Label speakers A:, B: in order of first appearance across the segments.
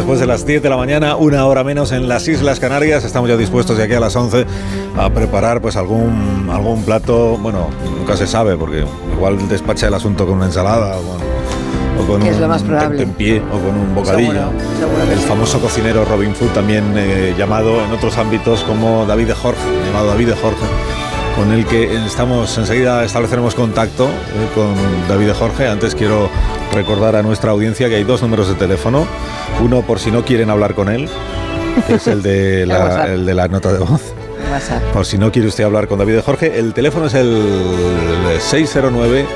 A: después de las 10 de la mañana, una hora menos en las Islas Canarias. Estamos ya dispuestos de aquí a las 11 a preparar pues algún plato. Bueno, nunca se sabe, porque igual despacha el asunto con una ensalada o con
B: que es lo más probable,
A: en pie o con un bocadillo.
B: Seguro
A: El famoso cocinero Robin Food, también llamado en otros ámbitos como David de Jorge, con el que enseguida estableceremos contacto con David de Jorge. Antes quiero recordar a nuestra audiencia que hay 2 números de teléfono. Uno por si no quieren hablar con él, que es el de la nota de voz. Por si no quiere usted hablar con David de Jorge, el teléfono es el 609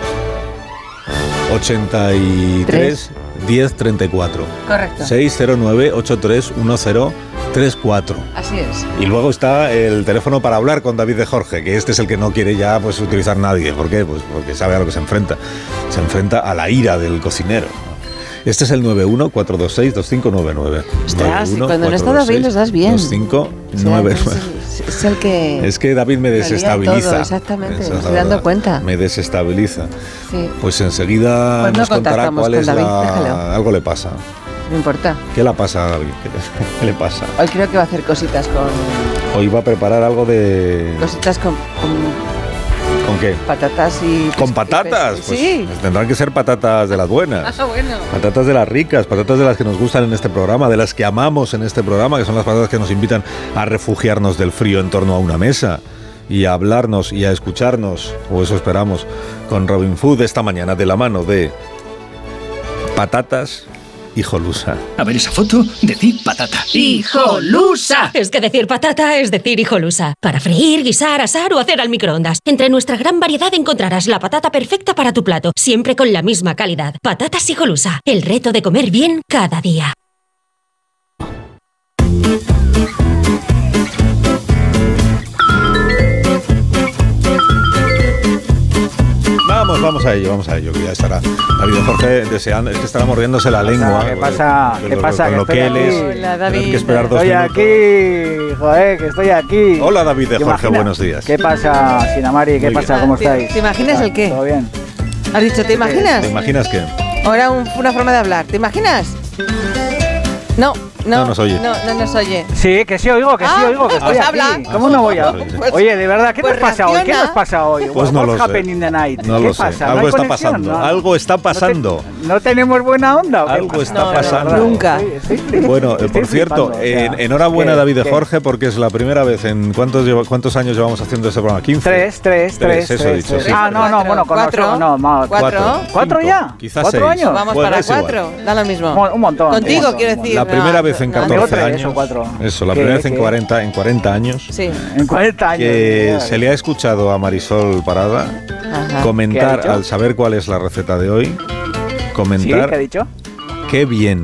A: 83 10 34.
B: Correcto.
A: 609 83 10 34.
B: Así es.
A: Y luego está el teléfono para hablar con David de Jorge, que este es el que no quiere ya pues utilizar nadie. ¿Por qué? Pues porque sabe a lo que se enfrenta. Se enfrenta a la ira del cocinero. Este es el 91-426-2599.
B: Ostras, cuando no está David los das bien.
A: 2599.
B: Es el que...
A: Es que David me desestabiliza.
B: Todo, exactamente, me estoy dando cuenta.
A: Me desestabiliza.
B: Sí.
A: Pues enseguida
B: pues no
A: nos contará cuál es
B: David,
A: algo le pasa.
B: No importa.
A: ¿Qué le pasa a David? ¿Qué le pasa?
B: Hoy creo que va a hacer cositas con...
A: Hoy va a preparar algo de...
B: Cositas con
A: ¿Con qué?
B: Patatas y...
A: ¿Con patatas? Pues
B: sí.
A: Tendrán que ser patatas de las buenas.
B: Bueno.
A: Patatas de las ricas, patatas de las que nos gustan en este programa, de las que amamos en este programa, que son las patatas que nos invitan a refugiarnos del frío en torno a una mesa y a hablarnos y a escucharnos, o eso esperamos, con Robin Food esta mañana, de la mano de Patatas Hijolusa.
C: A ver esa foto, decir patata.
D: ¡Hijolusa! Es que decir patata es decir hijolusa. Para freír, guisar, asar o hacer al microondas. Entre nuestra gran variedad encontrarás la patata perfecta para tu plato, siempre con la misma calidad. Patatas Hijolusa, el reto de comer bien cada día.
A: Vamos a ello, que ya estará David de Jorge deseando, es que estará mordiéndose la lengua.
E: ¿Qué pasa?
A: ¿Qué pasa? Con lo que él es.
B: Hola, David.
A: Que esperar 2
E: estoy
A: minutos.
E: Aquí, joder, que estoy aquí.
A: Hola, David de Jorge, buenos días.
E: ¿Qué pasa, Sinamari? ¿Qué pasa? ¿Cómo estáis?
B: ¿Te imaginas el qué?
E: ¿Todo bien?
B: ¿Has dicho te imaginas?
A: ¿Te imaginas qué?
B: Ahora una forma de hablar. ¿Te imaginas? No
A: nos oye.
B: No nos oye.
E: Sí, que sí oigo, que oigo, que estoy
B: pues
E: aquí.
B: habla.
E: ¿Cómo no voy a...?
B: Pues-
E: Oye, de verdad, ¿qué
B: pues
E: nos pasa hoy? ¿Qué
B: reacciona.
E: nos pasa hoy?
A: Pues no lo
E: What's
A: sé.
E: happening in the night?
A: No
E: ¿Qué
A: lo sé.
E: pasa? ¿No
A: Algo
E: hay
A: está
E: conexión?
A: pasando.
E: ¿No?
A: Algo está pasando.
E: ¿No tenemos buena onda o qué
A: Algo
E: pasa?
A: está
B: No,
A: pasando.
B: de verdad. Nunca.
A: Bueno,
E: Estoy
A: por cierto,
E: flipando, o sea,
A: enhorabuena
E: ¿qué?
A: David de
E: ¿Qué?
A: Jorge, porque es la primera vez en... ¿Cuántos años llevamos haciendo este programa? ¿15?
E: Tres,
A: eso he dicho, sí.
E: Ah, no, bueno, con
B: Cuatro.
E: nosotros, no, más.
B: Cuatro.
E: ¿4
A: 5,
E: ya?
A: quizás
E: 4
A: 6.
E: años.
B: Vamos
A: Bueno,
B: para
A: es igual.
B: 4. Da lo mismo.
E: Un montón.
B: Contigo,
E: un montón.
B: quiero decir.
A: La primera vez en 14
E: 3
A: años.
E: o 4.
A: Eso, la
E: ¿Qué,
A: primera vez en
E: qué?
A: 40 años.
B: Sí.
E: En 40 años.
A: Que
E: mira,
A: se le ha escuchado a Marisol Parada
B: Ajá.
E: ¿Qué ha
A: comentar,
E: dicho?
A: al saber cuál es la receta de hoy,
E: ¿Sí?
A: comentar
E: ¿Qué ha dicho?
A: qué bien.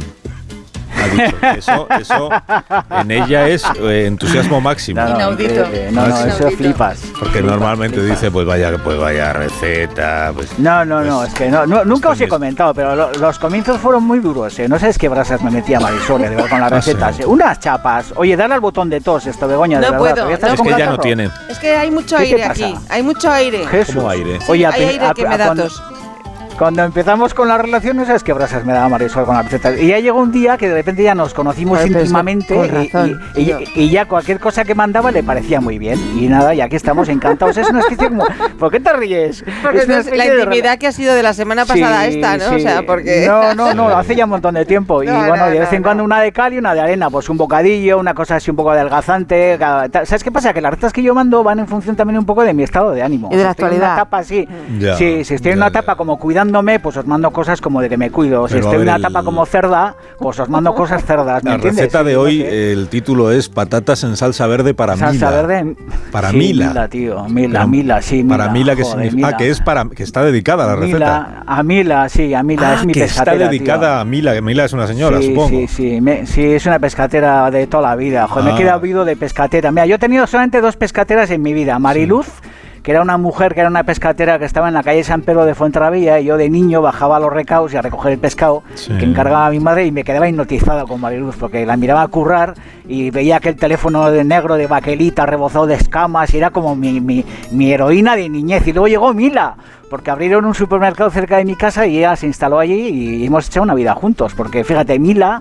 A: Ha dicho. Eso en ella es entusiasmo máximo.
B: Inaudito.
E: Increíble. No, eso
B: Inaudito.
E: flipas.
A: Porque
E: Flipas,
A: normalmente
E: flipas.
A: dice, pues vaya receta. Pues,
E: No,
A: pues,
E: es que nunca os he
A: pues,
E: comentado, pero los comienzos fueron muy duros, ¿eh? No sabes qué brasas me metía Marisol de ver con las recetas.
A: sí.
E: Unas chapas. Oye, dale al botón de tos esto, Begoña, de
B: No
E: verdad.
B: puedo,
E: ¿Todavía estás
B: no
A: Es
E: con
A: que ya
E: catarro?
A: no tiene.
B: Es que hay mucho
E: ¿Qué
B: aire
E: pasa?
B: aquí. Hay mucho aire.
E: Jesús.
A: ¿Cómo aire?
B: Sí,
E: Oye,
B: hay aire que me da
E: cuando-
B: tos.
E: Cuando empezamos con la relación, no sabes qué brasas me daba Marisol con la receta. Y ya llegó un día que de repente ya nos conocimos
B: Joder, pero es que
E: íntimamente
B: con razón,
E: y ya cualquier cosa que mandaba le parecía muy bien. Y nada, y aquí estamos encantados. Es una especie como... ¿Por qué te ríes?
B: Porque
E: Es una
B: es la
E: especie de
B: intimidad que ha sido de la semana pasada
E: Sí,
B: esta, ¿no?
E: sí.
B: O sea, porque...
E: No, hace ya un montón de tiempo. Y
B: No,
E: bueno,
B: no,
E: de vez en
B: no.
E: cuando una de cal y una de arena. Pues un bocadillo, una cosa así un poco adelgazante. ¿Sabes qué pasa? Que las recetas que yo mando van en función también un poco de mi estado de ánimo.
B: Y de la
E: Si estoy en
B: actualidad.
E: una etapa así.
A: Ya,
E: Sí, si estoy en
A: ya,
E: una etapa
A: ya.
E: como cuidándome, pues os mando cosas como de que me cuido. Si
A: Pero,
E: estoy
A: a
E: en
A: ver,
E: una etapa como cerda, pues os mando cosas cerdas. ¿me
A: La
E: entiendes?
A: receta de
E: Sí,
A: hoy,
E: no sé.
A: el título es Patatas en salsa verde para
E: Salsa
A: Mila.
E: verde.
A: Para
E: Sí,
A: Mila.
E: tío. Mila,
A: Pero,
E: Mila, sí.
A: Para Mila, que
E: joder,
A: significa...
E: Mila.
A: que es para... que está dedicada a la receta.
E: Mila, es mi
A: que está
E: pescatera,
A: dedicada
E: tío.
A: a Mila, que Mila es una señora,
E: Sí,
A: supongo.
E: sí, es una pescatera de toda la vida. Joder, me he quedado vivo de pescatera. Mira, yo he tenido solamente 2 pescateras en mi vida. Mariluz, que era una mujer que era una pescatera que estaba en la calle San Pedro de Fuenterrabía, y yo de niño bajaba a los recaos y a recoger el pescado
A: Sí.
E: que encargaba a mi madre, y me quedaba hipnotizado con Mariluz porque la miraba currar y veía aquel teléfono de negro de baquelita rebozado de escamas y era como mi heroína de niñez. Y luego llegó Mila, porque abrieron un supermercado cerca de mi casa y ella se instaló allí y hemos hecho una vida juntos, porque fíjate, Mila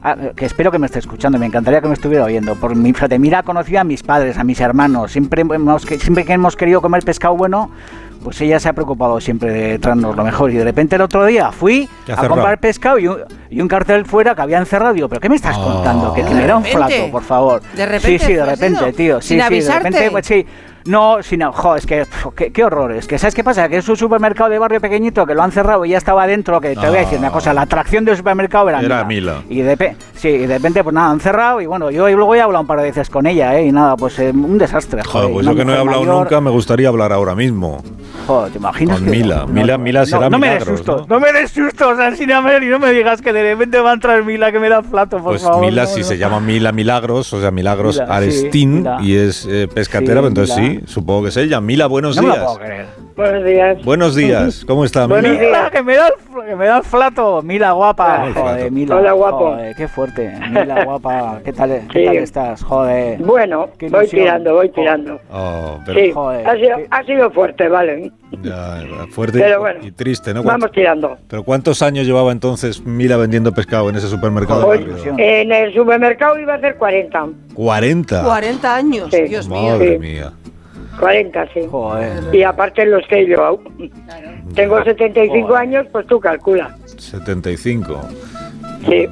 E: que espero que me esté escuchando, me encantaría que me estuviera oyendo. Por mi fíjate, Mila conocía a mis padres, a mis hermanos, siempre que hemos querido comer pescado bueno, pues ella se ha preocupado siempre de traernos lo mejor. Y de repente el otro día fui a comprar pescado y un cartel fuera que habían cerrado. Digo, ¿pero qué me estás contando? Que me da un flato, por favor.
B: De repente.
E: Sí, de repente, tío.
B: Sin avisarte.
E: De repente, pues sí. No, es que, qué horror. Es que, ¿sabes qué pasa? Que es un supermercado de barrio pequeñito que lo han cerrado y ya estaba dentro. Que te voy a decir una cosa, la atracción del supermercado era
A: Mila.
E: Y de repente, pues nada, han cerrado y bueno, yo luego he hablado un par de veces con ella, y nada, pues un desastre.
A: Joder, pues yo que no he hablado nunca, me gustaría hablar ahora mismo.
E: Joder, ¿te imaginas?
A: Con Mila. Mila será Milagros,
E: no me des sustos, Alsina Mary, no me digas que de repente va a entrar Mila que me da flato, por favor.
A: Pues Mila, si se llama Mila Milagros, o sea, Milagros Arestín, y es pescatera, pues entonces sí, supongo que es ella. Mila, buenos días.
E: No me lo puedo creer.
F: Buenos días.
A: Buenos días, ¿cómo está Mila?
E: Mila, que me da el flato. Mila, guapa. Joder, Mila.
F: Hola, guapo.
E: Joder, qué fuerte. Mila, guapa. ¿Qué tal estás? Joder.
F: Bueno, voy tirando.
A: Oh, pero,
F: sí,
E: joder,
F: ha sido fuerte, vale.
A: Ya, fuerte
F: pero bueno,
A: y triste, ¿no?
F: Vamos tirando.
A: ¿Pero cuántos años llevaba entonces Mila vendiendo pescado en ese supermercado?
F: En el supermercado iba a ser 40.
A: ¿40?
B: 40 años,
F: sí.
B: Dios mío.
A: Madre mía.
F: 40, sí.
E: Joder.
F: Y aparte los que he llevado. Tengo 75 años, pues tú calcula.
A: 75.
F: Sí.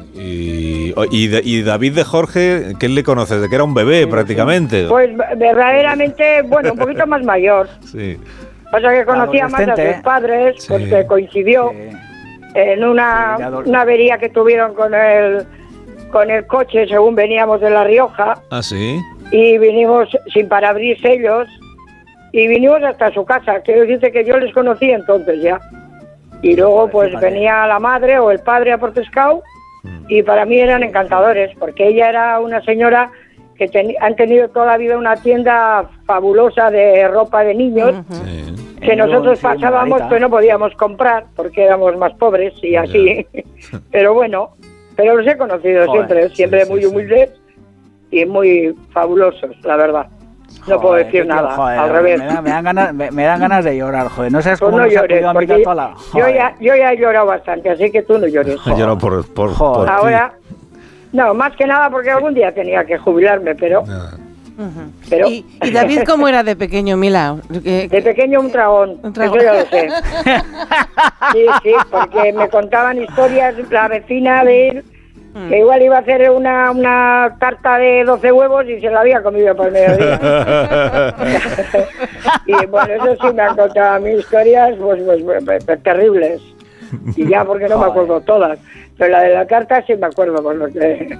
A: Y David de Jorge, ¿qué le conoces? ¿De que era un bebé prácticamente?
F: Pues verdaderamente, bueno, un poquito más mayor.
A: Sí.
F: Pasa que conocía más a sus padres, porque coincidió en una avería que tuvieron con el coche según veníamos de La Rioja.
A: ¿Ah, sí?
F: Y vinimos sin parabrisas ellos, y vinimos hasta su casa. Quiero decirte que yo les conocí entonces ya. Y luego pues venía la madre o el padre a por pescado, y para mí eran encantadores, porque ella era una señora que han tenido toda la vida una tienda fabulosa de ropa de niños, que nosotros pasábamos, pero no podíamos comprar, porque éramos más pobres y así. Pero bueno, pero los he conocido siempre muy humildes y muy fabulosos, la verdad. No puedo decir nada, al revés.
E: Me dan ganas de llorar, joder. No sabes cómo
F: no
E: nos
F: llores,
E: ha podido toda la...
F: yo ya he llorado bastante, así que tú no llores.
A: Lloro por
F: ahora, no, más que nada porque algún día tenía que jubilarme, pero... pero
B: ¿Y David cómo era de pequeño, Mila?
F: De pequeño un dragón, eso ya lo sé. Sí, porque me contaban historias, la vecina de él, que igual iba a hacer una tarta de 12 huevos y se la había comido por el mediodía. Y bueno, eso sí me han contado a mí historias pues terribles. Y ya porque no me acuerdo todas. Pero la de la carta sí me acuerdo, por lo que...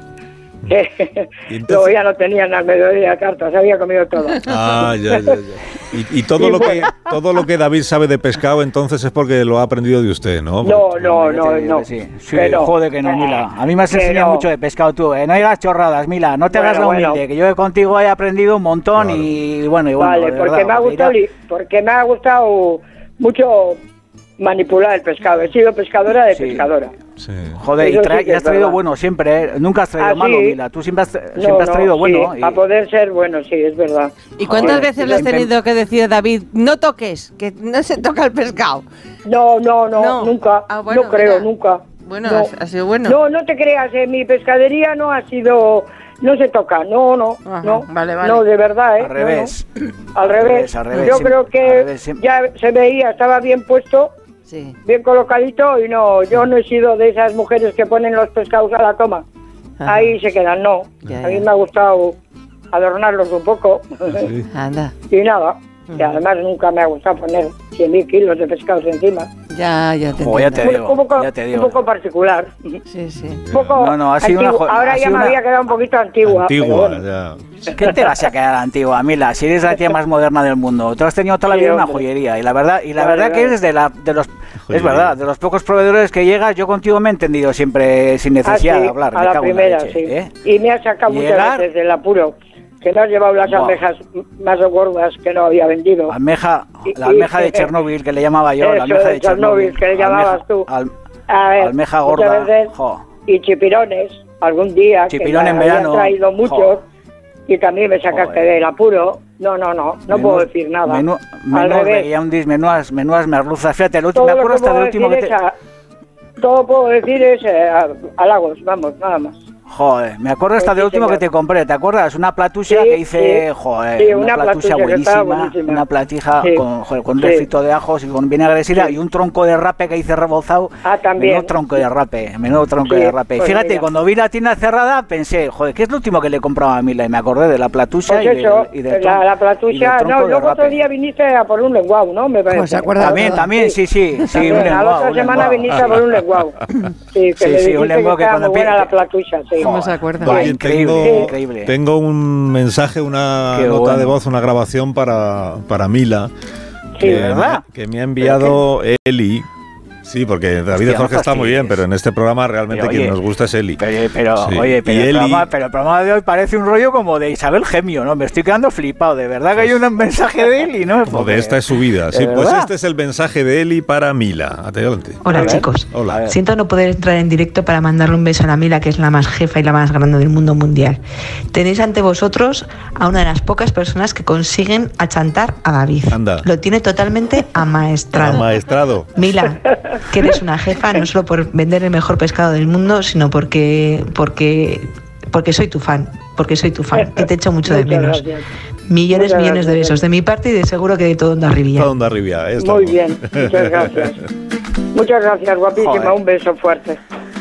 F: Luego ya no tenían al mediodía cartas, había comido todo.
A: Ah, ya. Y todo lo que David sabe de pescado entonces es porque lo ha aprendido de usted, ¿no?
F: No.
E: Sí, joder que no, Mila. A mí me has enseñado mucho de pescado tú, No hagas chorradas, Mila, no te hagas la humilde, que yo contigo he aprendido un montón. Claro. Y bueno.
F: Vale, porque me ha gustado mucho manipular el pescado. He sido pescadora de pescadora.
A: Sí.
E: Joder, y has traído bueno siempre, Nunca has traído malo, Mila. Tú siempre has traído bueno.
F: Sí, a poder ser bueno, sí, es verdad.
B: ¿Y cuántas veces le has tenido que decir a David, no toques, que no se toca el pescado?
F: No, nunca.
B: Bueno,
F: no creo, nunca.
B: Bueno, ha sido bueno.
F: No te creas, mi pescadería no ha sido... No se toca, no.
B: Vale.
F: No, de verdad,
E: Al revés.
F: Al revés. Yo creo que ya se veía, estaba bien puesto. Sí. Bien colocadito y yo no he sido de esas mujeres que ponen los pescados a la toma. Ajá. Ahí se quedan, no. A mí me ha gustado adornarlos un poco.
B: Sí. Anda.
F: Y nada. Y además nunca me ha gustado poner 100.000 kilos de pescados encima.
B: Ya te
E: digo.
F: Un poco particular.
B: Sí.
F: Un poco
E: ha sido
F: ahora ya me había quedado un poquito antigua.
A: Ya.
E: ¿Qué te vas a quedar antigua, Mila? Si eres la tía más moderna del mundo. Tú has tenido toda la vida una joyería. Y la verdad que eres de los pocos proveedores que llegas. Yo contigo me he entendido siempre sin necesidad de hablar.
F: A la primera, sí. Y me has sacado muchas veces del apuro. Que no has llevado las almejas más gordas que no había vendido.
E: La almeja de Chernóbil, que le llamaba yo. La almeja de Chernóbil,
F: que le llamabas tú.
E: Almeja gorda.
F: Veces, y chipirones, algún día.
E: Chipirón
F: que
E: en verano.
F: Traído muchos. Y también me sacaste del apuro. No puedo decir nada.
E: Menudas merluzas. Fíjate, me acuerdo hasta del último que
F: todo puedo decir es halagos, vamos, nada más.
E: Joder, me acuerdo hasta del último que te compré, ¿te acuerdas? Una platucha que hice, joder,
F: sí,
E: una platucha buenísima, una platija con un refrito de ajos y con vinagre de sidra y un tronco de rape que hice rebozado.
F: También.
E: Menudo tronco de rape.
F: Pues
E: fíjate,
F: mira.
E: cuando vi la tienda cerrada pensé, joder, ¿qué es lo último que le compraba a Mila? Y me acordé de la platucha
F: pues
E: y de
F: la platucha, no, luego otro día viniste a por un lenguao, ¿no? Me parece.
E: También, sí,
F: también,
E: un lenguao.
F: la otra semana viniste a por un lenguao. Sí, que le dijiste
E: un lenguao que
F: estaba
E: cuando
F: muy buena la platucha, sí.
B: ¿Cómo se acuerda?
A: Oye,
E: Increíble.
A: Tengo un mensaje, una nota de voz, una grabación para Mila, que me ha enviado Eli. Sí, porque David de Jorge está muy bien, pero en este programa realmente quien nos gusta es Eli.
E: Pero
A: Sí.
E: el programa de hoy parece un rollo como de Isabel Gemio, ¿no? Me estoy quedando flipado, de verdad que hay un mensaje de Eli, ¿no?
A: O de esta es su vida. Sí, pues este es el mensaje de Eli para Mila. Adelante.
G: Hola chicos,
A: Hola.
G: siento no poder entrar en directo para mandarle un beso a la Mila, que es la más jefa y la más grande del mundo mundial. Tenéis ante vosotros a una de las pocas personas que consiguen achantar a David.
A: Anda.
G: Lo tiene totalmente amaestrado.
A: Amaestrado.
G: Mila, que eres una jefa no solo por vender el mejor pescado del mundo, sino porque soy tu fan, que te echo mucho de menos. Millones de besos de mi parte y de seguro que de todo Onda Rivilla.
A: Todo Onda Rivilla.
F: Muy bien, muchas gracias. Muchas gracias, guapísima,
E: Joder.
F: un beso fuerte.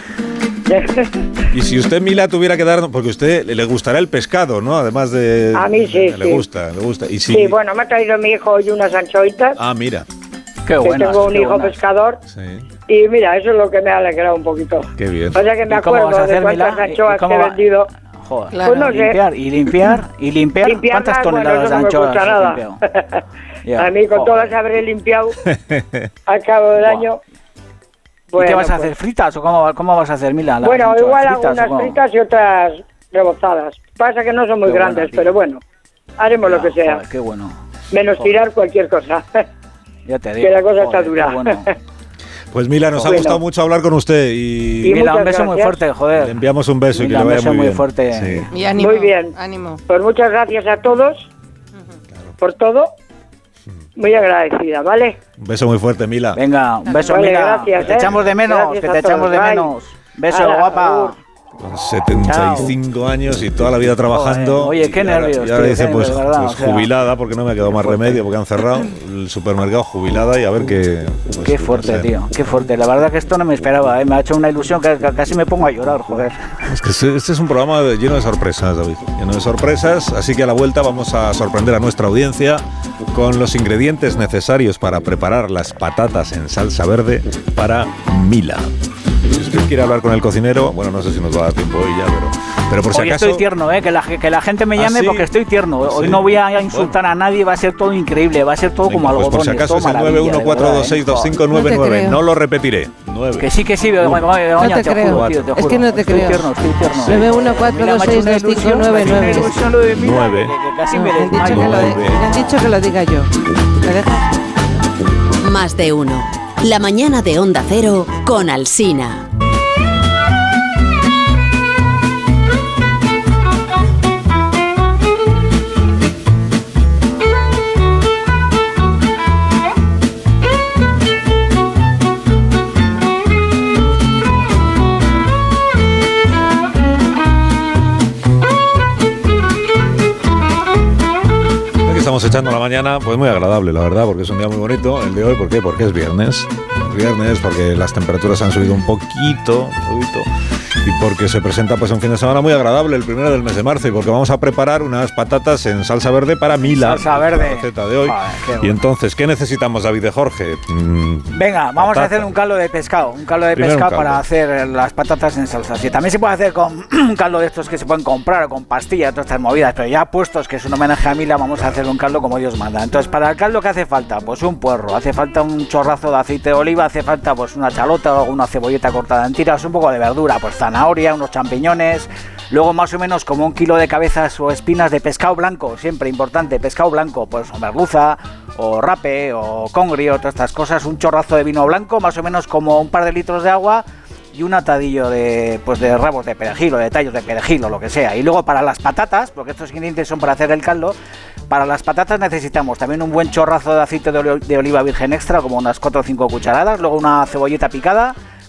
A: Y si usted, Mila, tuviera que dar, porque a usted le gustará el pescado, ¿no? Además de...
F: A mí sí,
A: Le gusta. Y si...
F: Sí, bueno, me ha traído mi hijo hoy unas anchoitas.
A: Mira.
E: Qué buenas,
F: tengo un
E: qué
F: hijo
E: buenas.
F: pescador.
A: Sí.
F: Y mira, eso es lo que me ha alegrado un poquito.
A: Qué bien.
F: O sea que me
E: ¿Y cómo vas
F: acuerdo
E: a
F: de
E: hacer,
F: cuántas
E: Mila?
F: anchoas
E: ¿Y cómo
F: que he
E: va?
F: vendido.
E: Joder,
B: Claro.
F: Pues no sé.
E: limpiar. ¿Cuántas
F: nada,
E: toneladas
F: bueno,
E: de
F: eso no me
E: anchoas
F: gusta
E: has
F: nada.
E: limpiado? Ya,
F: A mí con
E: joder.
F: todas las habré limpiado al cabo del
E: Buah.
F: año.
E: ¿Y qué vas a
F: pues,
E: hacer? ¿Fritas o cómo vas a hacer, Mila? las
F: Bueno,
E: anchoas?
F: igual hago
E: ¿Fritas o
F: unas
E: cómo?
F: fritas y otras rebozadas. Pasa que no son muy
E: Qué buena,
F: grandes,
E: tío.
F: pero bueno, haremos lo que sea.
E: Joder, qué bueno.
F: Menos
E: Joder.
F: tirar cualquier cosa.
E: Ya te digo.
F: Que la cosa está
E: joder,
F: dura.
E: qué bueno.
A: Pues Mila, nos ha
F: Bueno.
A: gustado mucho hablar con usted y
F: Y
E: Mila, un
F: muchas
E: beso muy
F: gracias.
E: fuerte, joder.
A: le enviamos un beso y que
E: Mila,
A: le
E: un
A: vaya
E: beso
A: muy
E: muy
A: bien.
E: fuerte.
A: Sí.
B: Y ánimo.
F: Muy bien.
B: Ánimo.
F: Pues muchas gracias a todos por todo. Muy agradecida, ¿vale?
A: Un beso muy fuerte, Mila.
E: Venga, un beso,
F: Vale,
E: Mila.
F: gracias,
E: que te echamos de menos,
F: Gracias
E: que
F: a
E: te echamos
F: todos.
E: de
F: Bye.
E: menos. Beso,
F: Hala,
E: guapa.
F: agur.
A: Con 75 años y toda la vida trabajando.
E: Joder. Oye, qué
A: Y ahora-
E: nervios,
A: Y ahora
E: tío,
A: dice,
E: qué
A: pues,
E: nervios, ¿verdad?
A: pues
E: O sea,
A: jubilada, porque no me ha quedado más
E: fuerte.
A: remedio, porque han cerrado el supermercado, jubilada y a ver qué... pues,
E: Qué fuerte,
A: no sé.
E: tío, qué fuerte. La verdad que esto no me esperaba, ¿eh? Me ha hecho una ilusión que casi me pongo a llorar, joder.
A: Es que este es un programa lleno de sorpresas, David. Lleno de sorpresas, así que a la vuelta vamos a sorprender a nuestra audiencia con los ingredientes necesarios para preparar las patatas en salsa verde para Mila. Si usted quiere hablar con el cocinero, bueno, no sé si nos va a dar tiempo hoy ya, pero por si
E: Hoy
A: acaso...
E: estoy tierno, que la gente me llame
A: ¿Ah, sí?
E: porque estoy tierno. Hoy
A: Sí.
E: no voy a insultar a nadie, va a ser todo increíble, va a ser todo
A: Venga,
E: como
A: pues
E: algodón.
A: por si acaso es el 914262599.
B: No te creo.
A: No lo repetiré. 9.
E: Que sí,
B: No te
E: te
B: creo.
E: juro, tío, te
B: Es
E: juro.
B: que no te
E: Estoy
B: creo.
E: tierno, estoy tierno.
B: 914262599.
E: Me ha hecho una ilusión lo de Mila,
A: 9.
E: que casi
B: No,
E: me
B: me han dicho
E: desmayo.
B: me han dicho que lo diga yo. ¿Me dejas?
H: Más de uno. La mañana de Onda Cero con Alsina.
A: Aquí estamos echando la mañana, pues muy agradable, la verdad, porque es un día muy bonito el de hoy. ¿Por qué? Porque es viernes. Es viernes, porque las temperaturas han subido un poquito, y porque se presenta pues un fin de semana muy agradable, el primero del mes de marzo, y porque vamos a preparar unas patatas en salsa verde para Mila.
E: Salsa verde.
A: La receta de hoy.
E: Joder, qué
A: Y
E: bueno.
A: entonces, ¿qué necesitamos, David de Jorge?
E: Venga, vamos a
A: Patata.
E: hacer un caldo de pescado. Un caldo de
A: Primero un
E: pescado
A: caldo.
E: para hacer las patatas en salsa. Sí, también se puede hacer con un caldo de estos que se pueden comprar o con pastillas, todas estas movidas. Pero ya puestos que es un homenaje a Mila, vamos a hacer un caldo como Dios manda. Entonces, para el caldo, ¿qué hace falta? Pues un puerro, hace falta un chorrazo de aceite de oliva, hace falta pues una chalota o alguna cebolleta cortada en tiras, un poco de verdura, pues zanahoria, unos champiñones. Luego más o menos como 1 kilo de cabezas o espinas de pescado blanco, siempre importante, pescado blanco, pues o merluza, o rape, o congrio, todas estas cosas, un chorrazo de vino blanco, más o menos como un par de litros de agua y un atadillo de rabos de perejil o de tallos de perejil o lo que sea. Y luego para las patatas, porque estos ingredientes son para hacer el caldo, para las patatas necesitamos también un buen chorrazo de aceite de oliva virgen extra, como unas 4 o 5 cucharadas, luego una cebolleta picada,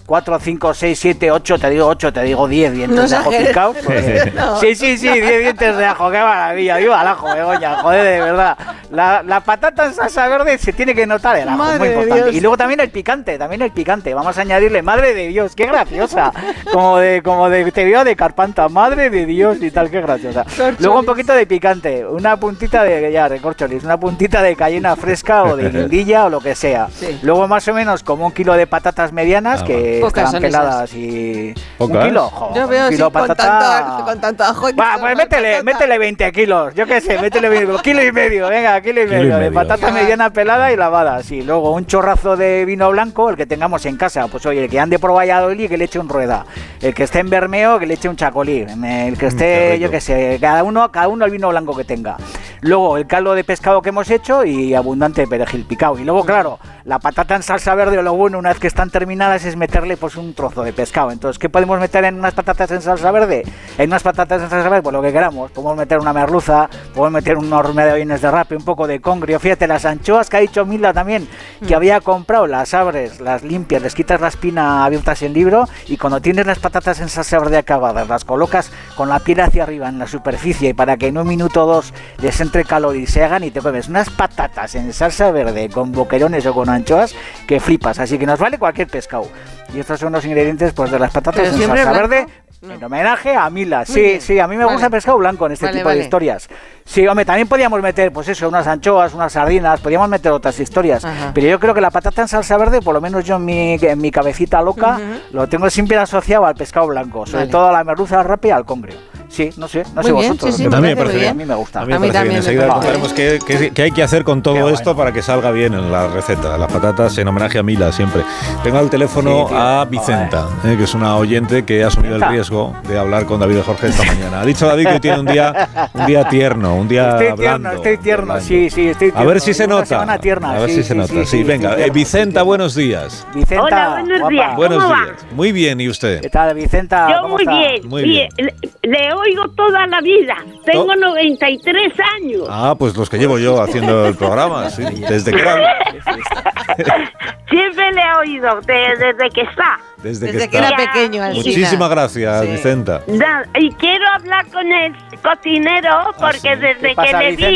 E: 4, 5, 6, 7, 8, te digo 8, te digo 10 dientes de ajo picados. No. Sí, 10 dientes de ajo, qué maravilla, viva el ajo, Begoña, joder, de verdad. La patata en salsa verde se tiene que notar el ajo, madre muy importante. Y luego también el picante, vamos a añadirle, madre de Dios, qué graciosa, como de teoría de Carpanta, madre de Dios y tal, qué graciosa. Corcholis. Luego un poquito de picante, una puntita de corcholis, una puntita de cayena fresca o de guindilla o lo que sea. Sí. Luego más o menos como 1 kilo de patatas medianas que estarán peladas esas. Y... ¿Pocas? 1 kilo, joder, yo veo 1 kilo de patata... Con tanto ajo. Pues métele 20 kilos, yo qué sé, métele 1,5 kilos, venga, kilo y medio de patata mediana pelada y lavada, sí. Luego un chorrazo de vino blanco, el que tengamos en casa, pues oye, el que ande por Valladolid que le eche un rueda, el que esté en Bermeo que le eche un chacolí, el que esté, yo qué sé, cada uno el vino blanco que tenga. Luego el caldo de pescado que hemos hecho y abundante perejil picado. Y luego, claro, la patata en salsa verde, lo bueno una vez que están terminadas es meterle pues un trozo de pescado. Entonces, ¿qué podemos meter en unas patatas en salsa verde? En unas patatas en salsa verde, pues lo que queramos. Podemos meter una merluza, podemos meter unos medallones de rape, un poco de congrio. Fíjate, las anchoas que ha dicho Mila también, que había comprado, las abres, las limpias, les quitas la espina abiertas en libro y cuando tienes las patatas en salsa verde acabadas, las colocas con la piel hacia arriba en la superficie y para que en 1 minuto o 2 les entre calor y se hagan y te comes unas patatas en salsa verde con boquerones o con anchoas que flipas, así que nos vale cualquier pescado. Y estos son los ingredientes pues de las patatas en salsa verde. En homenaje a Mila. Sí, a mí me gusta el pescado blanco en este tipo de historias. Sí, hombre, también podíamos meter, pues eso, unas anchoas, unas sardinas, podíamos meter otras historias. Ajá. Pero yo creo que la patata en salsa verde, por lo menos yo en mi cabecita loca, lo tengo siempre asociado al pescado blanco, sobre todo a la merluza, al rape y al congrio. Sí, no sé vosotros.
A: Sí, también me parece bien.
E: A mí me gusta.
A: A mí también. Enseguida contaremos qué hay que hacer con todo esto para que salga bien en la receta. Las patatas en homenaje a Mila siempre. Tengo al teléfono a Vicenta, que es una oyente que ha asumido el riesgo de hablar con David de Jorge esta mañana. Ha dicho David que tiene un día tierno, un día blando.
E: Estoy tierno, sí, estoy tierno.
A: A ver si se nota.
E: A
A: ver si se nota. Sí, venga. Vicenta, buenos días.
I: Vicenta, hola, buenos días.
A: Buenos días. Muy bien, ¿y usted?
E: ¿Qué tal, Vicenta?
I: Yo muy bien. Muy bien. Le oigo toda la vida. Tengo 93 años.
A: Ah, pues los que llevo yo haciendo el programa, sí. Desde que era...
I: Siempre le he oído, desde que está.
B: Desde que era pequeño.
A: Muchísimas gracias, Vicenta.
I: Y quiero hablar con el cocinero porque desde que le vi...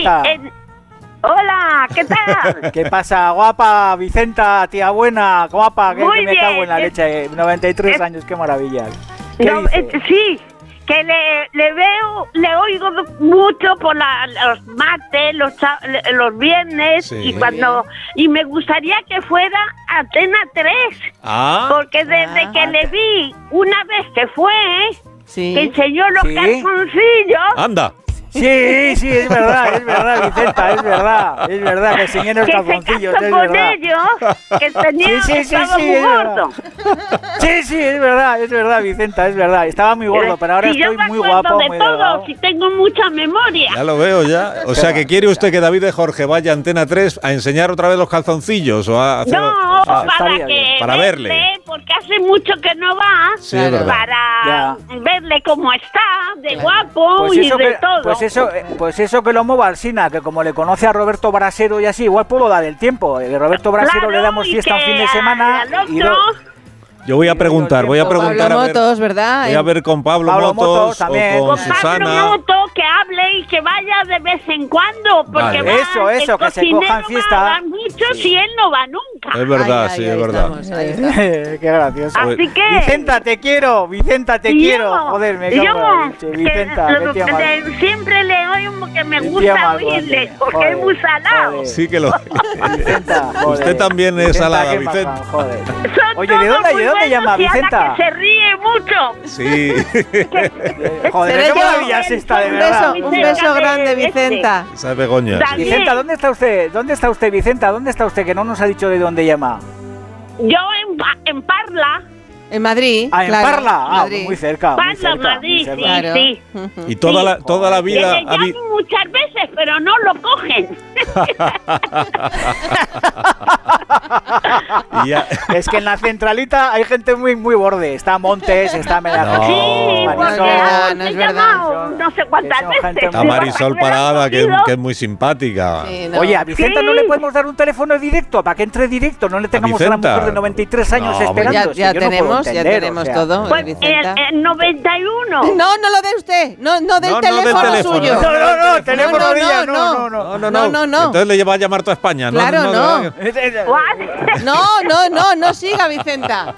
I: Hola, ¿qué tal?
E: ¿Qué pasa, guapa, Vicenta, tía buena, guapa? Que me cago en la leche, 93 años, qué maravilla.
I: Sí, que le oigo mucho por los martes, los viernes, y me gustaría que fuera Antena 3, porque desde que le vi una vez que fue, que enseñó los calzoncillos.
A: ¡Anda!
E: Sí, es verdad, Vicenta, es verdad, que enseñé los calzoncillos, es verdad.
I: Que tenía muy gordo.
E: Sí, es verdad, Vicenta, es verdad. Estaba muy gordo, pero ahora estoy muy guapo, muy delgado.
I: Si tengo mucha memoria.
A: Ya lo veo, ya. O sea, que quiere usted que David de Jorge vaya a Antena 3 a enseñar otra vez los calzoncillos o a hacer...
I: No, para
A: verle.
I: Porque hace mucho que no va, para verle cómo está, de guapo y de todo.
E: Pues eso que lo mueva Alsina, que como le conoce a Roberto Brasero y así, igual puedo dar el tiempo. Roberto Brasero le damos fiesta un fin de semana.
A: Yo voy a preguntar
B: Pablo Motos, ¿verdad?
A: Voy a ver con Pablo Motos o con Susana.
I: Pablo Motos, que hable y que vaya de vez en cuando, porque
E: eso, que se cojan fiesta.
I: Va mucho si él no va nunca.
A: Es verdad, es verdad.
E: Qué gracioso.
I: Así que...
E: Vicenta, te quiero. Joder, me cago en Vicenta,
I: siempre le oigo que me gusta oírle, porque es muy salado.
A: Sí que lo Vicenta,
E: usted
A: también es salada, Vicenta.
E: Oye, ¿de dónde llama Vicenta?
I: Que se ríe mucho.
A: Sí.
E: Joder, qué maravilla es esta, de verdad.
B: Un beso grande, Vicenta.
A: Esa es Begoña.
E: Vicenta, ¿dónde está usted, Vicenta? ¿Dónde está usted? Que no nos ha dicho de dónde llama.
I: Yo en Parla.
B: En Madrid.
E: En Parla.
B: Madrid.
E: Muy cerca.
I: Parla, Madrid, sí.
A: Y toda la vida...
I: Le llamo muchas veces, pero no lo cogen.
E: Es que en la centralita hay gente muy borde. Está Montes, está Medellín.
I: Sí,
B: no es verdad.
I: No sé cuántas veces.
A: Está Marisol Parada, que es muy simpática.
B: Sí, no.
E: Oye, a Vicenta no le podemos dar un teléfono directo para que entre directo. No le tengamos a la mujer de 93 años esperando.
B: Ya tenemos todo.
I: Pues el 91.
B: No lo dé usted. No dé el teléfono suyo.
E: No, teléfono
B: No.
A: Entonces le va a llamar toda España.
B: Claro, no. No siga, Vicenta.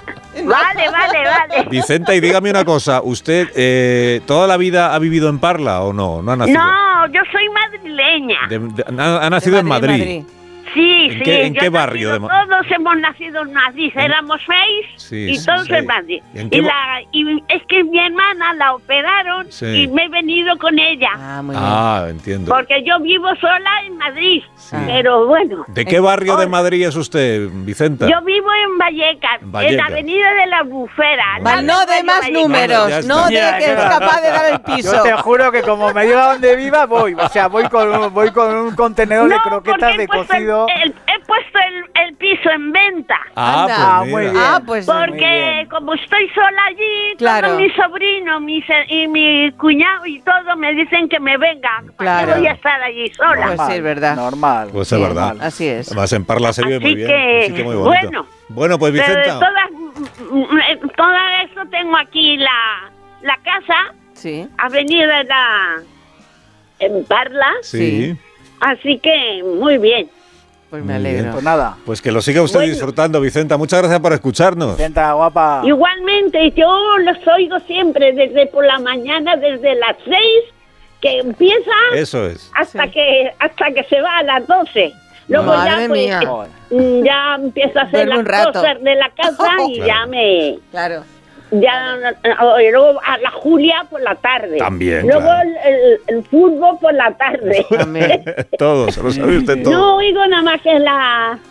I: Vale.
A: Vicenta, y dígame una cosa. ¿Usted toda la vida ha vivido en Parla o no? ¿No ha nacido?
I: No, yo soy madrileña.
A: Ha nacido en Madrid.
I: Sí,
A: ¿En qué barrio de Madrid?
I: Todos hemos nacido en Madrid, éramos 6 y todos en Madrid. Y es que mi hermana la operaron y me he venido con ella.
A: Entiendo.
I: Porque yo vivo sola en Madrid, pero bueno.
A: ¿De qué barrio de Madrid es usted, Vicenta?
I: Yo vivo en Vallecas, en la avenida de la Bufera.
B: No de más números, no de que es capaz de dar el piso.
E: Yo te juro que como me diga donde viva, voy. O sea, voy con un contenedor de croquetas de cocido.
I: He puesto el piso en venta.
E: Muy bien.
B: Pues
I: porque como estoy sola allí, todos mis sobrinos y mi cuñado y todo me dicen que me venga.
B: Claro.
I: Voy a estar allí sola.
B: Pues sí, es verdad.
E: Normal.
A: Pues es verdad.
B: Así es.
A: Además en Parla se vive muy bien.
I: Así que,
A: muy bonito. Bueno, pues Vicenta.
I: Todo eso tengo aquí la casa.
B: Sí.
I: Avenida en Parla.
A: Sí.
I: Así que muy bien.
B: Pues me alegro.
E: Pues nada.
A: Pues que lo siga usted disfrutando, Vicenta. Muchas gracias por escucharnos.
E: Vicenta, guapa.
I: Igualmente, yo los oigo siempre desde por la mañana, desde las 6 que empieza.
A: Eso es.
I: Hasta que se va a las 12. Luego ya empiezo a hacer las cosas de la casa y ya me...
B: Claro.
I: Luego a la Julia por la tarde.
A: También.
I: Luego el fútbol por la tarde.
B: También.
A: Todo, se lo sabe usted todo.
I: No oigo nada más que la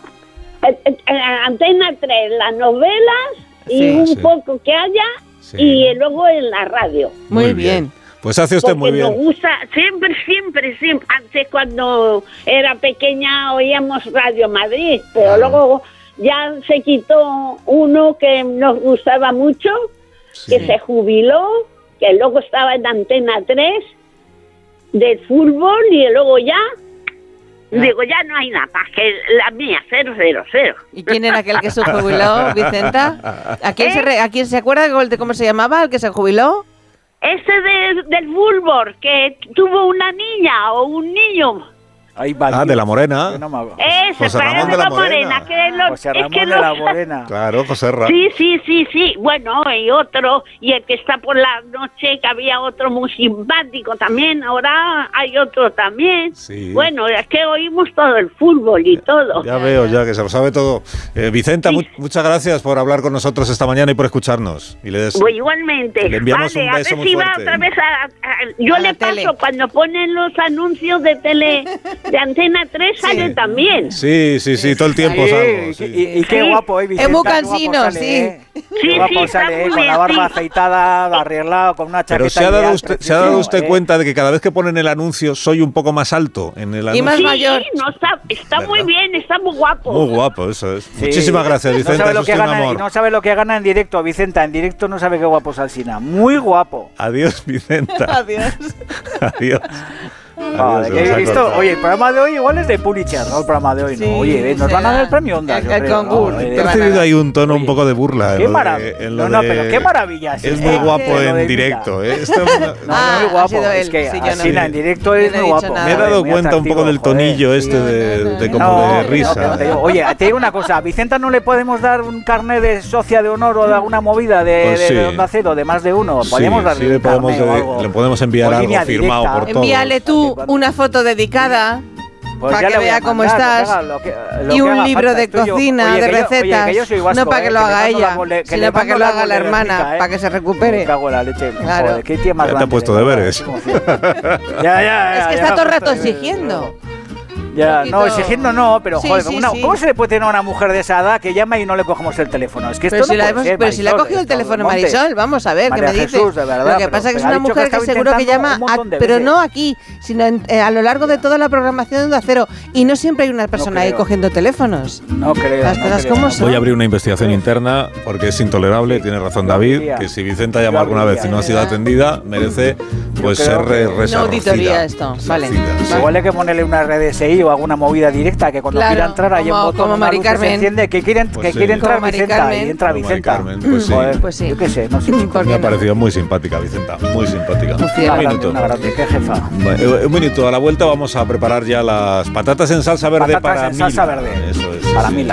I: Antena 3, las novelas y un poco que haya y luego en la radio.
B: Muy bien.
A: Pues hace usted muy bien.
I: Nos gusta, siempre. Antes cuando era pequeña oíamos Radio Madrid, pero luego ya se quitó uno que nos gustaba mucho, que se jubiló, que luego estaba en Antena 3 del fútbol y luego ya no hay nada más que la mía, 000.
B: ¿Y quién era aquel que se jubiló, Vicenta? ¿A quién se acuerda de cómo se llamaba el que se jubiló?
I: Ese del fútbol, que tuvo una niña o un niño.
A: De la Morena.
I: José Ramón de la Morena.
E: José Ramón de la Morena.
A: Claro, José Ramón.
I: Sí. Bueno, y otro, y el que está por la noche, que había otro muy simpático también, ahora hay otro también.
A: Sí.
I: Bueno, es que oímos todo el fútbol y todo.
A: Ya veo, que se lo sabe todo. Vicenta, muchas gracias por hablar con nosotros esta mañana y por escucharnos. Y
I: pues igualmente.
A: Le enviamos un beso muy fuerte.
I: Va otra vez yo le paso tele. Cuando ponen los anuncios de tele... De Antena 3 sale también.
A: Sí, todo el tiempo salgo.
E: Y qué guapo, Vicenta.
B: Es muy cansino,
E: Qué guapo sale, con la barba afeitada, arreglado, con una chaqueta.
A: Pero ¿se ha dado usted cuenta de que cada vez que ponen el anuncio soy un poco más alto en el anuncio?
B: Y más mayor.
I: Está muy bien, está muy guapo.
A: Muy guapo, eso es. Muchísimas gracias, Vicenta.
E: No sabe lo que gana en directo, Vicenta. En directo no sabe qué guapo es Alsina. Muy guapo.
A: Adiós, Vicenta.
B: Adiós.
E: Oye, el programa de hoy igual es de Pulitzer, ¿no? El programa de hoy, ¿no? Oye, nos van a dar el premio Ondas.
B: El concurso.
A: He recibido ahí un tono un poco de burla.
E: Qué maravilla. Pero qué maravilla.
A: Es muy guapo en directo.
E: Muy guapo. Es que Alsina en directo es muy guapo.
A: Me he dado cuenta un poco del tonillo de como de risa.
E: Oye, te digo una cosa. A Vicenta no le podemos dar un carnet de socia de honor o de alguna movida de Onda Cero, de más de uno. Podríamos darle un carnet o algo.
A: Le podemos enviar algo firmado por todos.
B: Envíale tú una foto dedicada para que vea cómo estás y un libro de cocina, de recetas, no para que lo haga ella, sino para que lo haga la hermana, para que se recupere.
E: Cago en la leche.
B: Claro.
E: ¿Qué te
A: ha puesto deberes?
B: Es que está todo el rato exigiendo.
E: Ya, no, exigiendo no, pero joder, ¿cómo se le puede tener a una mujer de esa edad que llama y no le cogemos el teléfono? Es que esto no puede ser,
B: pero si le ha cogido el teléfono Marisol, vamos a ver, ¿qué me dice? Lo que pasa es que es una mujer que seguro que llama, pero no aquí, sino a lo largo de toda la programación de Onda Cero. Y no siempre hay una persona ahí cogiendo teléfonos.
E: No creo.
B: Las cosas como son.
A: Voy a abrir una investigación interna porque es intolerable, tiene razón David, que si Vicenta llama alguna vez y no ha sido atendida, merece pues ser resarcida.
B: No auditoría esto, vale.
E: Igual hay que ponerle una RDSI o alguna movida directa que cuando quiera entrar hay un botón, una luz que se enciende, que quiere entrar Vicenta y entra Vicenta.
B: Pues sí.
E: Yo qué sé, no sé.
A: Me ha parecido muy simpática Vicenta, muy simpática.
E: Un minuto. Qué jefa.
A: Un minuto, a la vuelta vamos a preparar ya las patatas en salsa verde para Mila.
E: Salsa verde.
A: Eso es.
E: Para Mila.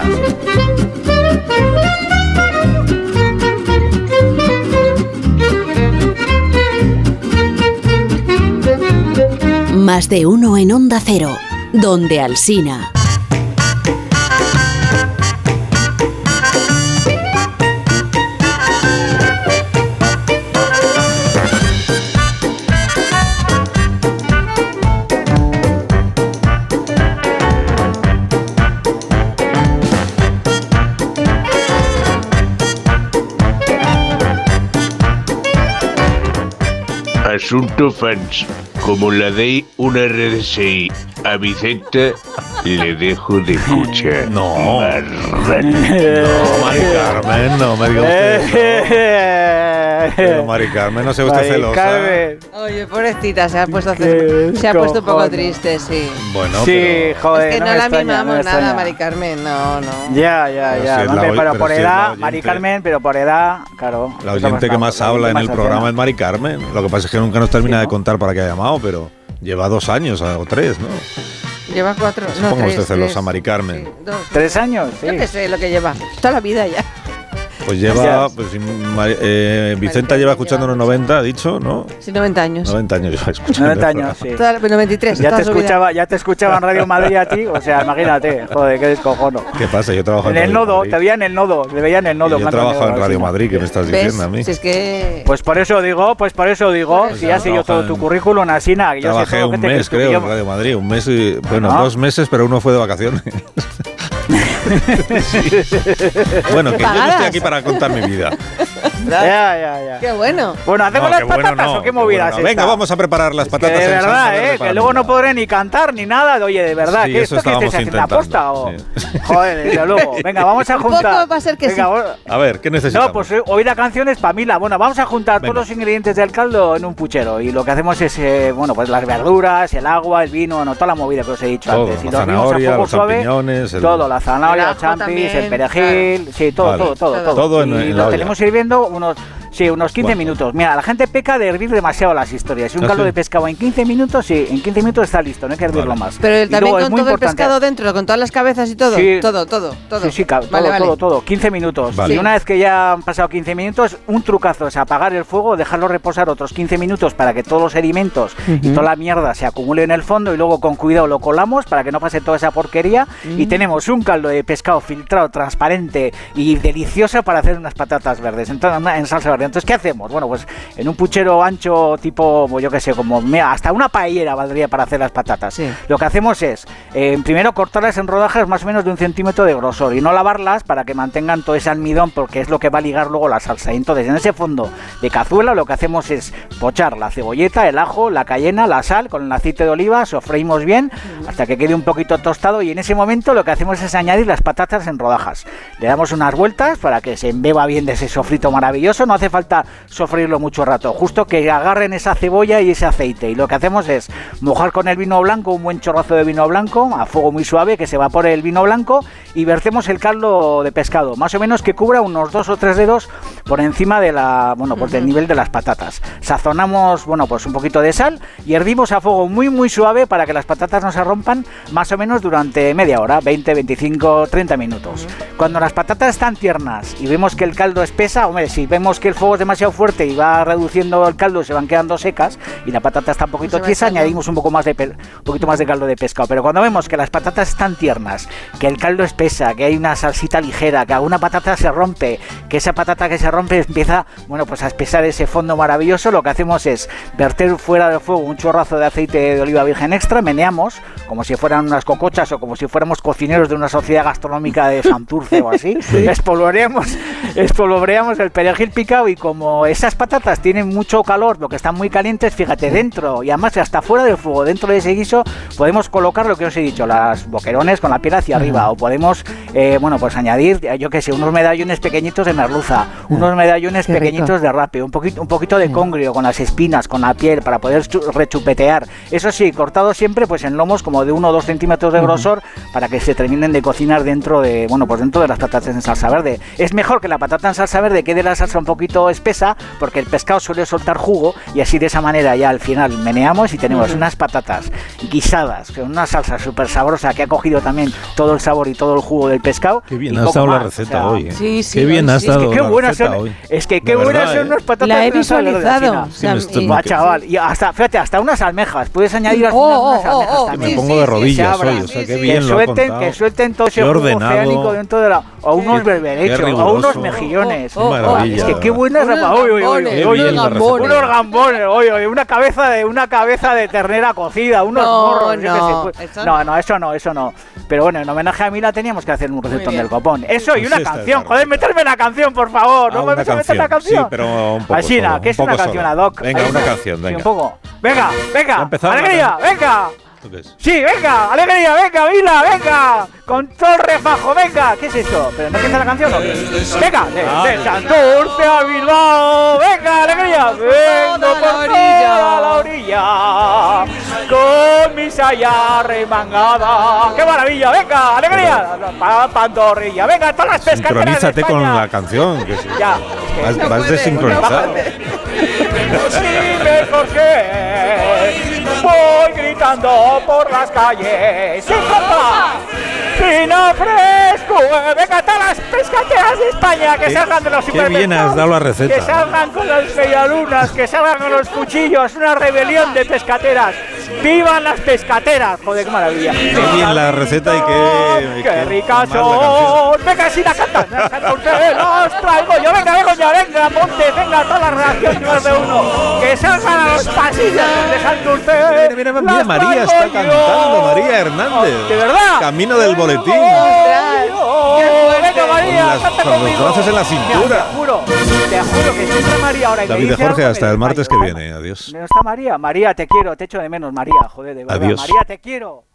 H: Más de uno en Onda Cero, donde Alsina.
J: Asunto fans. Como le deis una RDSI a Vicenta, le dejo de escuchar.
A: No, Mari Carmen, no me diga usted. Pero Mari Carmen, no sea usted celosa.
B: Oye, pobrecita, se ha puesto un poco triste, sí.
A: Bueno,
E: sí,
A: pero...
E: joder,
B: es que no la mimamos nada, Mari Carmen, no.
E: Ya. Pero por edad, Mari Carmen, pero por edad, claro.
A: La oyente que más habla en el programa es Mari Carmen. Lo que pasa es que nunca nos termina de contar para qué ha llamado, pero lleva 2 años o 3, ¿no?
B: Lleva 4, no,
A: Ponga usted celosa, Mari Carmen.
B: Sí,
E: 3 años, sí.
B: Yo qué sé lo que lleva, toda la vida ya.
A: Pues lleva, Vicenta lleva escuchando unos 90, ha dicho, ¿no?
B: Sí, 90 años.
A: 90 años lleva escuchando.
E: 90 años, sí.
B: 93.
E: Ya te escuchaba en Radio Madrid a ti, o sea, imagínate, joder, qué descojono.
A: ¿Qué pasa? Yo trabajo en
E: el nodo, te veía en el nodo, te veía en el nodo.
A: Yo trabajo en Radio Madrid, ¿qué me estás diciendo a mí?
B: Si es que...
E: Pues por eso digo, si ya sé yo todo tu currículum, así nada.
A: Trabajé un mes, creo, en Radio Madrid, un mes, bueno, 2 meses, pero uno fue de vacaciones. Bueno, que yo no estoy aquí para contar mi vida.
E: Ya.
B: Qué bueno.
E: Bueno, ¿hacemos las patatas o qué movidas?
A: Bueno, venga, vamos a preparar las patatas.
E: De verdad, que luego no podré ni cantar ni nada. Oye, de verdad, ¿qué esto que estáis haciendo aposta? Joder, desde luego. Venga, vamos a juntar.
B: Un poco va a ser que sí.
A: A ver, ¿qué necesitamos?
E: No, pues hoy la canción es Pamila. Bueno, vamos a juntar todos los ingredientes del caldo en un puchero. Y lo que hacemos es, pues las verduras, el agua, el vino, toda la movida que os he dicho antes. Y
A: la zanahoria, los champiñones,
E: todo, la zanahoria, los champis, el perejil, sí, todo.
A: Todo en la
E: lo
A: olla.
E: tenemos hirviendo unos 15 minutos. Mira, la gente peca de hervir demasiado las historias. Si un caldo de pescado en 15 minutos, sí, en 15 minutos está listo, no hay que hervirlo más.
B: Pero también con todo el pescado dentro, con todas las cabezas y todo.
E: Sí.
B: Todo.
E: Sí, todo. 15 minutos.
A: Vale.
E: Y una vez que ya han pasado 15 minutos, un trucazo es apagar el fuego, dejarlo reposar otros 15 minutos para que todos los sedimentos y toda la mierda se acumule en el fondo y luego con cuidado lo colamos para que no pase toda esa porquería y tenemos un caldo de pescado filtrado, transparente y delicioso para hacer unas patatas verdes en salsa verde. Entonces, ¿qué hacemos? Bueno, pues en un puchero ancho tipo, yo qué sé, como hasta una paellera valdría para hacer las patatas. Sí. Lo que hacemos es, primero cortarlas en rodajas más o menos de 1 centímetro de grosor y no lavarlas para que mantengan todo ese almidón porque es lo que va a ligar luego la salsa. Y entonces, en ese fondo de cazuela lo que hacemos es pochar la cebolleta, el ajo, la cayena, la sal con el aceite de oliva, sofreímos bien hasta que quede un poquito tostado y en ese momento lo que hacemos es añadir las patatas en rodajas. Le damos unas vueltas para que se embeba bien de ese sofrito maravilloso, no hace falta sofreírlo mucho rato, justo que agarren esa cebolla y ese aceite y lo que hacemos es mojar con el vino blanco, un buen chorrazo de vino blanco a fuego muy suave, que se evapore el vino blanco y vertemos el caldo de pescado, más o menos que cubra unos 2 o 3 dedos por encima de del nivel de las patatas. Sazonamos, pues un poquito de sal y hervimos a fuego muy muy suave para que las patatas no se rompan más o menos durante media hora, 20, 25, 30 minutos. Cuando las patatas están tiernas y vemos que el caldo espesa, si vemos que el fuego es demasiado fuerte y va reduciendo el caldo, se van quedando secas y la patata está un poquito tiesa, añadimos un poquito más de caldo de pescado. Pero cuando vemos que las patatas están tiernas, que el caldo espesa espesa, que hay una salsita ligera, que alguna patata se rompe, que esa patata que se rompe empieza, bueno, pues a espesar ese fondo maravilloso, lo que hacemos es verter fuera del fuego un chorrazo de aceite de oliva virgen extra, meneamos, como si fueran unas cocochas o como si fuéramos cocineros de una sociedad gastronómica de Santurce o así, espolvoreamos el perejil picado y como esas patatas tienen mucho calor, porque están muy calientes, fíjate, dentro y además hasta fuera del fuego, dentro de ese guiso, podemos colocar lo que os he dicho, las boquerones con la piel hacia arriba, o podemos, bueno, pues añadir, yo qué sé, unos medallones pequeñitos de merluza, unos medallones pequeñitos de rape, un poquito de congrio con las espinas, con la piel, para poder rechupetear. Eso sí, cortado siempre pues en lomos como de 1 o 2 centímetros de grosor, para que se terminen de cocinar dentro de, bueno, pues dentro de las patatas en salsa verde. Es mejor que la patata en salsa verde quede la salsa un poquito espesa, porque el pescado suele soltar jugo, y así de esa manera ya al final meneamos y tenemos unas patatas guisadas con una salsa súper sabrosa que ha cogido también todo el sabor y todo el jugo del pescado.
A: Qué bien has dado la receta hoy.
B: Sí,
A: qué bien has dado la receta hoy.
E: Es que qué buenas son unas patatas.
B: La he visualizado.
E: Chaval, y hasta, fíjate, hasta unas almejas. Puedes añadir unas almejas también.
A: Me pongo de rodillas hoy, o sea, qué bien lo ha contado.
E: Que suelten todo ese jugo oceánico dentro de la... O unos berberechos, o unos mejillones.
A: Qué maravilla.
E: Es que qué buenas... Unos gambones, una cabeza de ternera cocida, unos morros. Eso no. Pero bueno, en homenaje a mí la teníamos que hacer un recetón del copón. Eso y una canción. Joder, meterme la canción, por favor. ¿No me metes la canción?
A: Sí, pero un poco.
E: Así, que es una canción ad hoc.
A: Venga, una canción, venga.
E: Un poco. Venga. Alegría, venga. Sí, venga, alegría, venga, Vila, venga, con todo el refajo, venga. ¿Qué es esto? ¿Pero no empieza la canción o qué? Venga, de Santurce a Bilbao, venga, alegría, vengo por toda la orilla, con mi saya remangada. ¡Qué maravilla! Venga, alegría, Pandorrilla, venga, todas las pescaderas.
A: Sincronízate con la canción, que sí.
E: Ya.
A: Vas desincronizado.
E: Mejor que voy gritando por las calles sin copa, sin fresco. Venga, todas las pescateras de España que salgan de los supermercados.
A: Qué bien has dado la receta.
E: Que salgan con las medialunas, que salgan con los cuchillos. Una rebelión de pescateras. ¡Vivan las pescateras! Joder, qué maravilla.
A: Qué bien la receta y
E: qué ricas son. Venga, si la cantan. Los traigo yo. Venga, Montes, venga, todas las reacciones de uno. Que salgan a los pasillos de Santurce.
A: Mira, María está cantando, María Hernández.
E: ¿De verdad?
A: Camino del boletín.
E: Venga, María,
A: con los brazos en la cintura.
E: Te juro que si está María ahora.
A: David de Jorge, hasta el martes que viene. Adiós.
E: ¿No está María? María, te quiero, te echo de menos, María. Joder, de verdad.
A: Adiós.
E: María, te quiero.